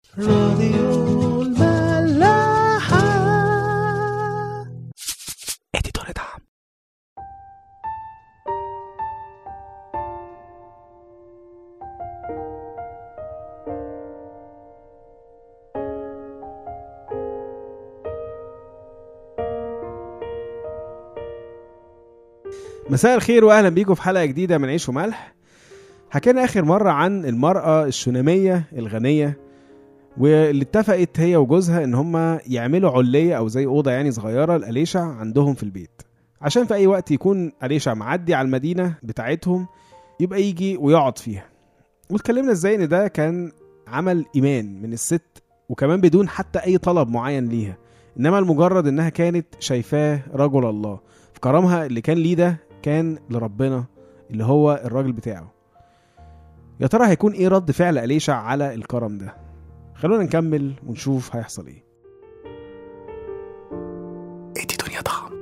راديو الملاحة. اديتور دعم. مساء الخير واهلا بيكم في حلقة جديدة من عيش وملح. حكينا اخر مرة عن المرأة الشونامية الغنية واللي اتفقت هي وجوزها ان هم يعملوا علية او زي اوضة يعني صغيرة لأليشع عندهم في البيت، عشان في اي وقت يكون أليشع معدي على المدينة بتاعتهم يبقى يجي ويقعد فيها. واتكلمنا ازاي ان ده كان عمل ايمان من الست، وكمان بدون حتى اي طلب معين ليها، انما المجرد انها كانت شايفاه رجل الله في كرمها اللي كان ليه ده كان لربنا اللي هو الراجل بتاعه. يا ترى هيكون ايه رد فعل أليشع على الكرم ده؟ خلونا نكمل ونشوف هيحصل ايه. ادي دنيا طعم.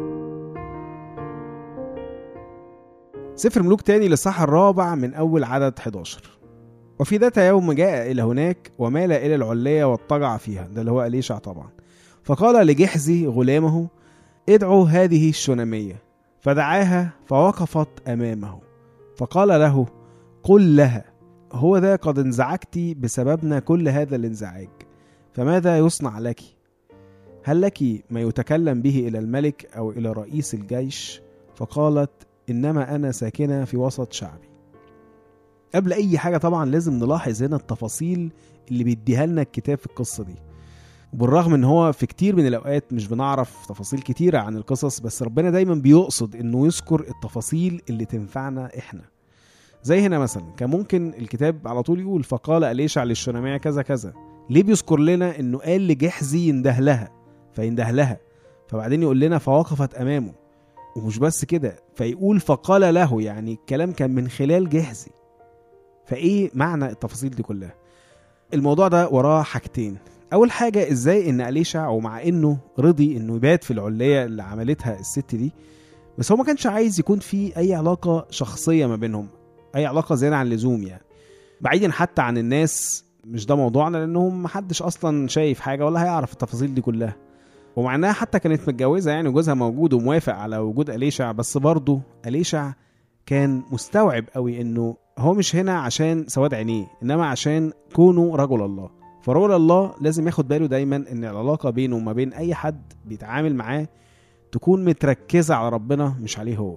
سفر ملوك تاني للصح الرابع من اول عدد 11. وفي ذات يوم جاء الى هناك ومال الى العلية واضطجع فيها، ده اللي هو أليشع طبعا. فقال لجحزي غلامه ادعوا هذه الشونامية، فدعاها فوقفت امامه فقال له قل لها هو ذا قد انزعجت بسببنا كل هذا الانزعاج، فماذا يصنع لك؟ هل لك ما يتكلم به إلى الملك أو إلى رئيس الجيش؟ فقالت إنما أنا ساكنة في وسط شعبي. قبل أي حاجة طبعا لازم نلاحظ هنا التفاصيل اللي بيديها لنا الكتاب في القصة دي، وبالرغم ان هو في كتير من الأوقات مش بنعرف تفاصيل كتيرة عن القصص، بس ربنا دايما بيقصد إنه يذكر التفاصيل اللي تنفعنا إحنا. زي هنا مثلا كان ممكن الكتاب على طول يقول فقال أليشع للشونامية كذا كذا، ليه بيذكر لنا انه قال لجحزي ينده لها فينده لها، فبعدين يقول لنا فوقفت امامه، ومش بس كده فيقول فقال له، يعني الكلام كان من خلال جحزي. فايه معنى التفاصيل دي كلها؟ الموضوع ده وراه حاجتين. اول حاجة ازاي ان أليشع ومع انه رضي انه يبات في العلية اللي عملتها الست دي، بس هو ما كانش عايز يكون في اي علاقة شخصية ما بينهم، اي علاقة زيادة عن اللزوم يعني، بعيدا حتى عن الناس. مش ده موضوعنا لانهم محدش اصلا شايف حاجة ولا هيعرف التفاصيل دي كلها. ومع انها حتى كانت متجوزة يعني وجوزها موجود وموافق على وجود أليشع، بس برضو أليشع كان مستوعب قوي انه هو مش هنا عشان سواد عينيه، انما عشان كونه رجل الله. فرجل الله لازم ياخد باله دايما ان العلاقة بينه وما بين اي حد بيتعامل معاه تكون متركزة على ربنا مش عليه هو.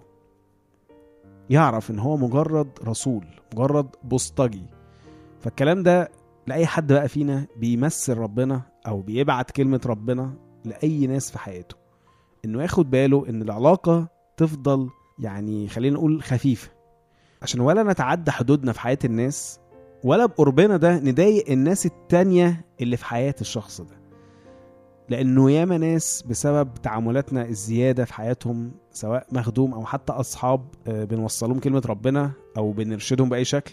يعرف ان هو مجرد رسول، مجرد بوسطجي. فالكلام ده لأي حد بقى فينا بيمثل ربنا او بيبعت كلمة ربنا لأي ناس في حياته، انه ياخد باله ان العلاقة تفضل يعني خلينا نقول خفيفة، عشان ولا نتعدى حدودنا في حياة الناس، ولا بقربنا ده نضايق الناس التانية اللي في حياة الشخص ده. لأنه ياما ناس بسبب تعاملاتنا الزيادة في حياتهم، سواء مخدوم أو حتى أصحاب بنوصلهم كلمة ربنا أو بنرشدهم بأي شكل،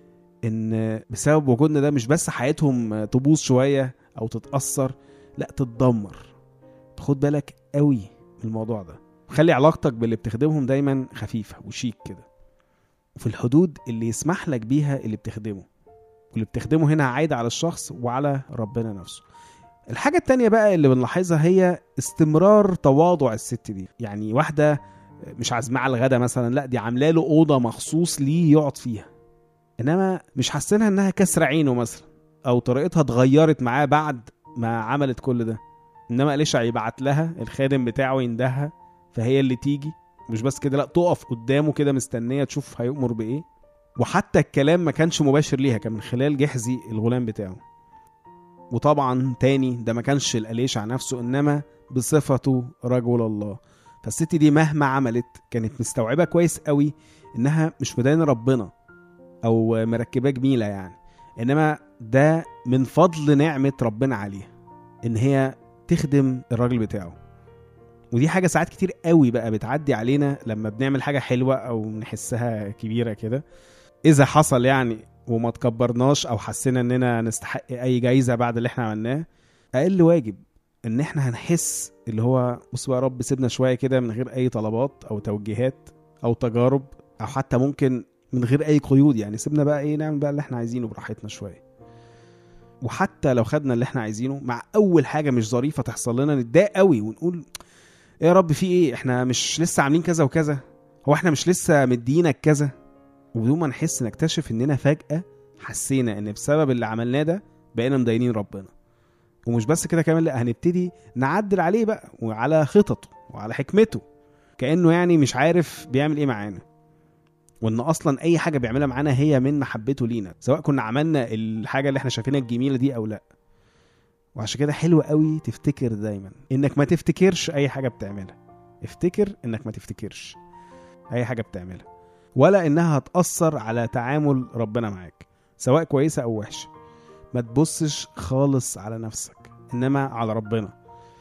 إن بسبب وجودنا ده مش بس حياتهم تبوظ شوية أو تتأثر، لا تتدمر. تاخد بالك قوي من الموضوع ده، خلي علاقتك باللي بتخدمهم دايما خفيفة وشيك كده، وفي الحدود اللي يسمح لك بيها اللي بتخدمه، واللي بتخدمه هنا عايدة على الشخص وعلى ربنا نفسه. الحاجة التانية بقى اللي بنلاحظها هي استمرار تواضع الست دي. يعني واحدة مش عازمة على الغدا مثلا، لا دي عامله له أوضة مخصوص ليه يقعد فيها، إنما مش حاسينها إنها كسر عينه مثلا أو طريقتها اتغيرت معاه بعد ما عملت كل ده. إنما أليشع يبعت لها الخادم بتاعه يندهها فهي اللي تيجي، مش بس كده لا تقف قدامه كده مستنية تشوف هيؤمر بإيه. وحتى الكلام ما كانش مباشر ليها، كان من خلال جحزي الغلام بتاعه. وطبعا تاني ده ما كانش الأليشع نفسه، إنما بصفته رجل الله. فالست دي مهما عملت كانت مستوعبة كويس قوي إنها مش مدين ربنا أو مركبة جميلة يعني، إنما ده من فضل نعمة ربنا عليها إن هي تخدم الراجل بتاعه. ودي حاجة ساعات كتير قوي بقى بتعدي علينا لما بنعمل حاجة حلوة أو نحسها كبيرة كده، إذا حصل يعني وما تكبرناش او حسينا اننا نستحق اي جايزة بعد اللي احنا عملناه، اقل واجب ان احنا هنحس اللي هو بص يا رب سيبنا شوية كده من غير اي طلبات او توجيهات او تجارب، او حتى ممكن من غير اي قيود، يعني سيبنا بقى ايه نعمل بقى اللي احنا عايزينه براحتنا شوية. وحتى لو خدنا اللي احنا عايزينه، مع اول حاجة مش ظريفة تحصل لنا نتضايق قوي ونقول ايه يا رب في ايه، احنا مش لسه عاملين كذا وكذا، هو احنا مش لسه مدينك كذا. وبدون ما نحس نكتشف اننا فجأة حسينا ان بسبب اللي عملناه ده بقينا مدينين ربنا. ومش بس كده كمان، لا هنبتدي نعدل عليه بقى وعلى خططه وعلى حكمته، كأنه يعني مش عارف بيعمل ايه معانا، وان اصلا اي حاجة بيعملها معانا هي من محبته لينا، سواء كنا عملنا الحاجة اللي احنا شايفينها الجميلة دي او لا. وعشان كده حلو قوي تفتكر دايما انك ما تفتكرش اي حاجة بتعملها. افتكر انك ما تفتكرش اي حاجة بتعملها، ولا انها هتأثر على تعامل ربنا معاك سواء كويسة او وحشة. ما تبصش خالص على نفسك انما على ربنا.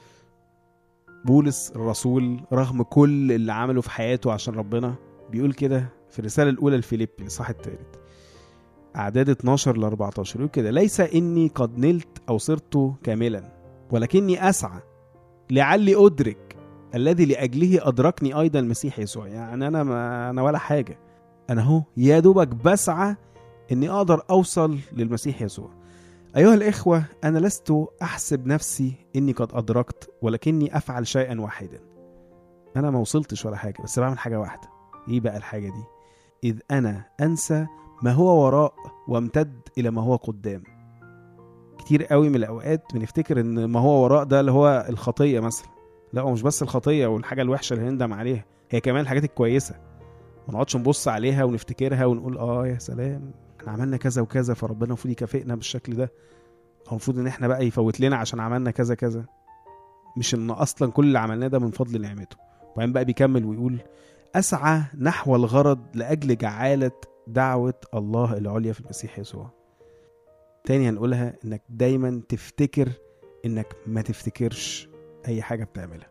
بولس الرسول رغم كل اللي عمله في حياته عشان ربنا بيقول كده في الرسالة الأولى لفيليبي الإصحاح 3 أعداد 12-14، يقول كده: ليس إني قد نلت أو صرت كاملا، ولكني أسعى لعلي أدرك الذي لأجله أدركني أيضا المسيح يسوع. يعني أنا ولا حاجة، أنا هو يا دوبك بسعى إني أقدر أوصل للمسيح يسوع. أيها الإخوة، أنا لست أحسب نفسي إني قد أدركت، ولكني أفعل شيئا واحدا. أنا ما وصلتش ولا حاجة، بس بعمل حاجة واحدة. إيه بقى الحاجة دي؟ إذ أنا أنسى ما هو وراء وامتد إلى ما هو قدام. كتير قوي من الأوقات بنفتكر إن ما هو وراء ده اللي هو الخطية مثلا. لا، هو مش بس الخطية والحاجة الوحشة اللي هندم عليها، هي كمان الحاجات الكويسة. ما نقعدش نبص عليها ونفتكرها ونقول يا سلام احنا عملنا كذا وكذا فربنا المفروض يكافئنا بالشكل ده، او المفروض ان احنا بقى يفوت لنا عشان عملنا كذا كذا. مش ان اصلا كل اللي عملناه ده من فضل نعمته. وبعدين بقى بيكمل ويقول: اسعى نحو الغرض لاجل جعالة دعوة الله العليا في المسيح يسوع. تاني هنقولها، انك دايما تفتكر انك ما تفتكرش اي حاجة بتعملها.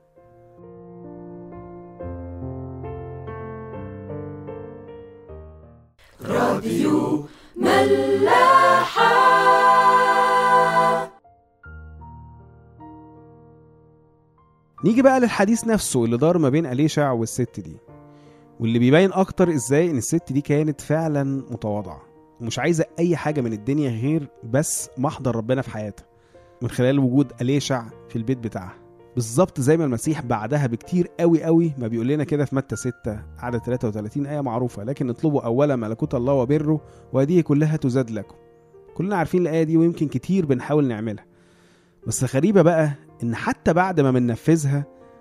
راديو ملاحة. نيجي بقى للحديث نفسه اللي دار ما بين أليشع والست دي، واللي بيبين أكتر إزاي إن الست دي كانت فعلا متواضعة ومش عايزة أي حاجة من الدنيا غير بس محضر ربنا في حياتها من خلال وجود أليشع في البيت بتاعها. بالظبط زي ما المسيح بعدها بكتير قوي قوي ما بيقول لنا كده في متى 6 عدد 33، آية معروفة: لكن اطلبوا أولا ملكوت الله وبره وهذه كلها تزاد لكم. كلنا عارفين الآية دي ويمكن كتير بنحاول نعملها، بس غريبة بقى إن حتى بعد ما بننفذها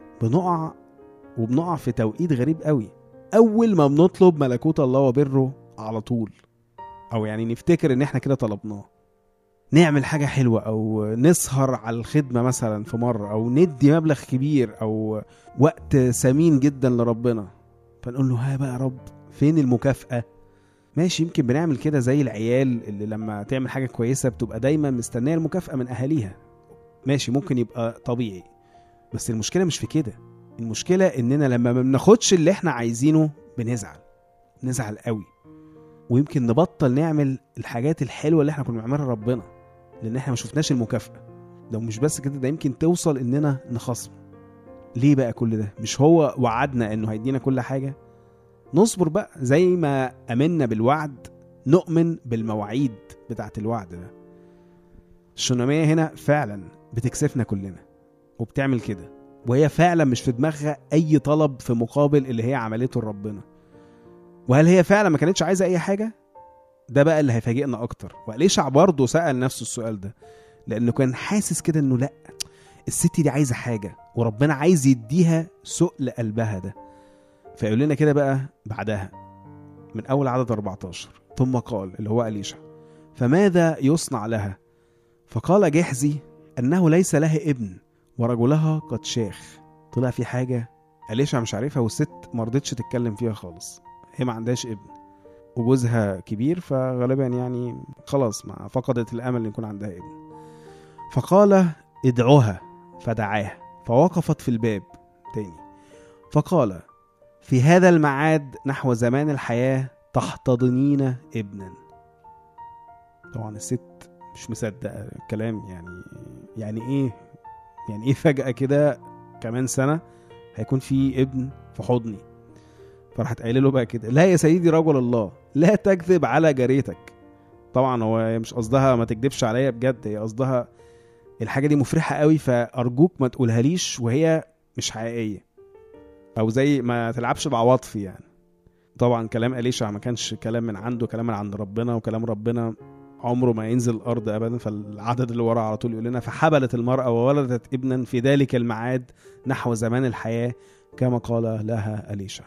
بنقع في توقيت غريب قوي. أول ما بنطلب ملكوت الله وبره على طول، أو يعني نفتكر إن إحنا كده طلبناه، نعمل حاجة حلوة أو نسهر على الخدمة مثلا في مرة، أو ندي مبلغ كبير أو وقت ثمين جدا لربنا، فنقول له: ها بقى يا رب فين المكافأة؟ ماشي، يمكن بنعمل كده زي العيال اللي لما تعمل حاجة كويسة بتبقى دايما مستنية المكافأة من أهاليها. ماشي، ممكن يبقى طبيعي، بس المشكلة مش في كده. المشكلة إننا لما ما بناخدش اللي إحنا عايزينه بنزعل قوي، ويمكن نبطل نعمل الحاجات الحلوة اللي إحنا كنا بنعملها ربنا لأن إحنا ما شفناش المكافأة. ده مش بس كده، ده يمكن توصل إننا نخصم. ليه بقى كل ده؟ مش هو وعدنا إنه هيدينا كل حاجة؟ نصبر بقى، زي ما أمنا بالوعد نؤمن بالمواعيد بتاعت الوعد ده. الشونامية هنا فعلا بتكسفنا كلنا وبتعمل كده، وهي فعلا مش في دماغها أي طلب في مقابل اللي هي عملته لربنا. وهل هي فعلا ما كانتش عايزة أي حاجة؟ ده بقى اللي هيفاجئنا أكتر. وأليشع برضه سأل نفسه السؤال ده، لأنه كان حاسس كده إنه لأ، الست دي عايزة حاجة وربنا عايز يديها سؤل قلبها ده. فيقول لنا كده بقى بعدها من أول عدد 14: ثم قال، اللي هو أليشع: فماذا يصنع لها؟ فقال جحزي أنه ليس لها ابن ورجلها قد شاخ. طلع في حاجة أليشع مش عارفها، والست مرضتش تتكلم فيها خالص. هي ما عندهاش ابن وجوزها كبير، فغالبا يعني خلاص ما فقدت الأمل أن يكون عندها ابن. فقال: ادعوها. فدعاها فوقفت في الباب تاني، فقال: في هذا الميعاد نحو زمان الحياة تحتضنين ابنا. طبعا الست مش مصدقة الكلام. يعني ايه فجأة كده كمان سنة هيكون في ابن في حضني؟ فراحت قايله له بقى كده: لا يا سيدي رجل الله، لا تكذب على جاريتك. طبعا هو مش قصدها ما تكدبش عليا بجد، هي قصدها الحاجة دي مفرحة قوي فأرجوك ما تقولها ليش وهي مش حقيقية، أو زي ما تلعبش بعواطفي يعني. طبعا كلام أليشع ما كانش كلام من عنده، كلام من عند ربنا، وكلام ربنا عمره ما ينزل الأرض أبدا. فالعدد اللي ورا على طول يقول لنا فحبلت المرأة وولدت ابنا في ذلك الميعاد نحو زمان الحياة كما قال لها أليشع.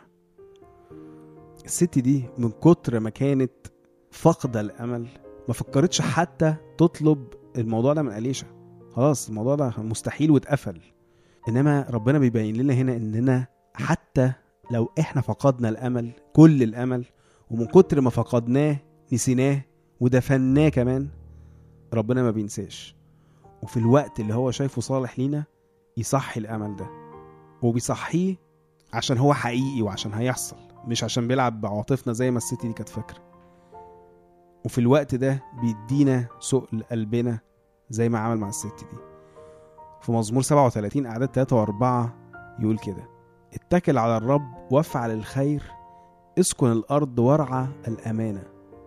الست دي من كتر ما كانت فقدة الأمل ما فكرتش حتى تطلب الموضوع ده من أليشع، خلاص الموضوع ده مستحيل واتقفل. إنما ربنا بيبين لنا هنا إننا حتى لو إحنا فقدنا الأمل، كل الأمل، ومن كتر ما فقدناه نسيناه ودفناه كمان، ربنا ما بينساش، وفي الوقت اللي هو شايفه صالح لينا يصحي الأمل ده، وبيصحيه عشان هو حقيقي وعشان هيحصل، مش عشان بيلعب بعواطفنا زي ما الست دي كانت فاكرة. وفي الوقت ده بيدينا سؤل قلبنا زي ما عمل مع الست دي. في مزمور 37 أعداد 3 و4 يقول كده: اتكل على الرب وافعل الخير، اسكن الأرض وارعى الأمانة،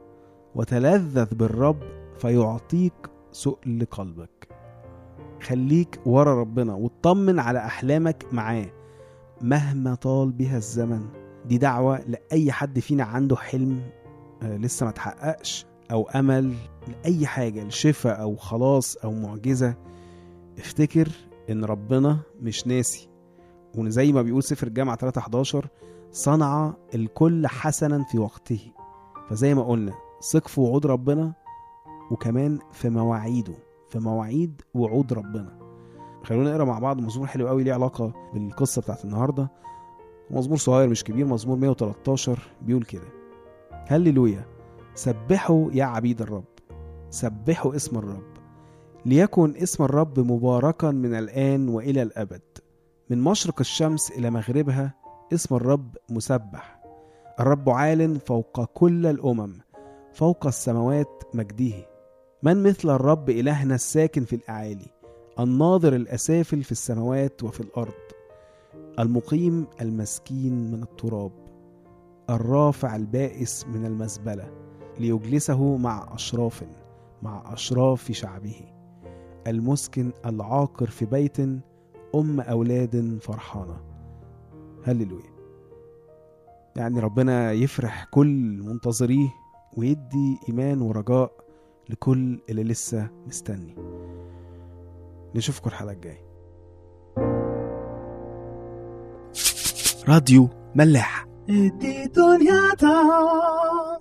وتلذذ بالرب فيعطيك سؤل قلبك. خليك ورا ربنا وتطمن على أحلامك معاه مهما طال بها الزمن. دي دعوة لأي حد فينا عنده حلم لسه ما تحققش، أو أمل لأي حاجة، لشفاء أو خلاص أو معجزة. افتكر إن ربنا مش ناسي، وزي ما بيقول سفر الجامعة 3:11 صنع الكل حسنا في وقته. فزي ما قلنا ثق في وعود ربنا، وكمان في مواعيده، في مواعيد وعود ربنا. خلونا نقرأ مع بعض مزمور حلو قوي ليه علاقة بالقصة بتاعت النهاردة. مزمور صغير مش كبير، مزمور 113 بيقول كده: هللويا، سبحوا يا عبيد الرب، سبحوا اسم الرب، ليكن اسم الرب مباركا من الآن وإلى الأبد. من مشرق الشمس إلى مغربها اسم الرب مسبح. الرب عال فوق كل الأمم، فوق السماوات مجده. من مثل الرب إلهنا الساكن في الأعالي، الناظر الأسافل في السماوات وفي الأرض، المقيم المسكين من التراب، الرافع البائس من المزبلة ليجلسه مع أشراف شعبه، المسكن العاقر في بيت أولاد فرحانة. هللويا. يعني ربنا يفرح كل منتظريه ويدي إيمان ورجاء لكل اللي لسه مستني. نشوفكم الحلقة الجاية. راديو ملاح.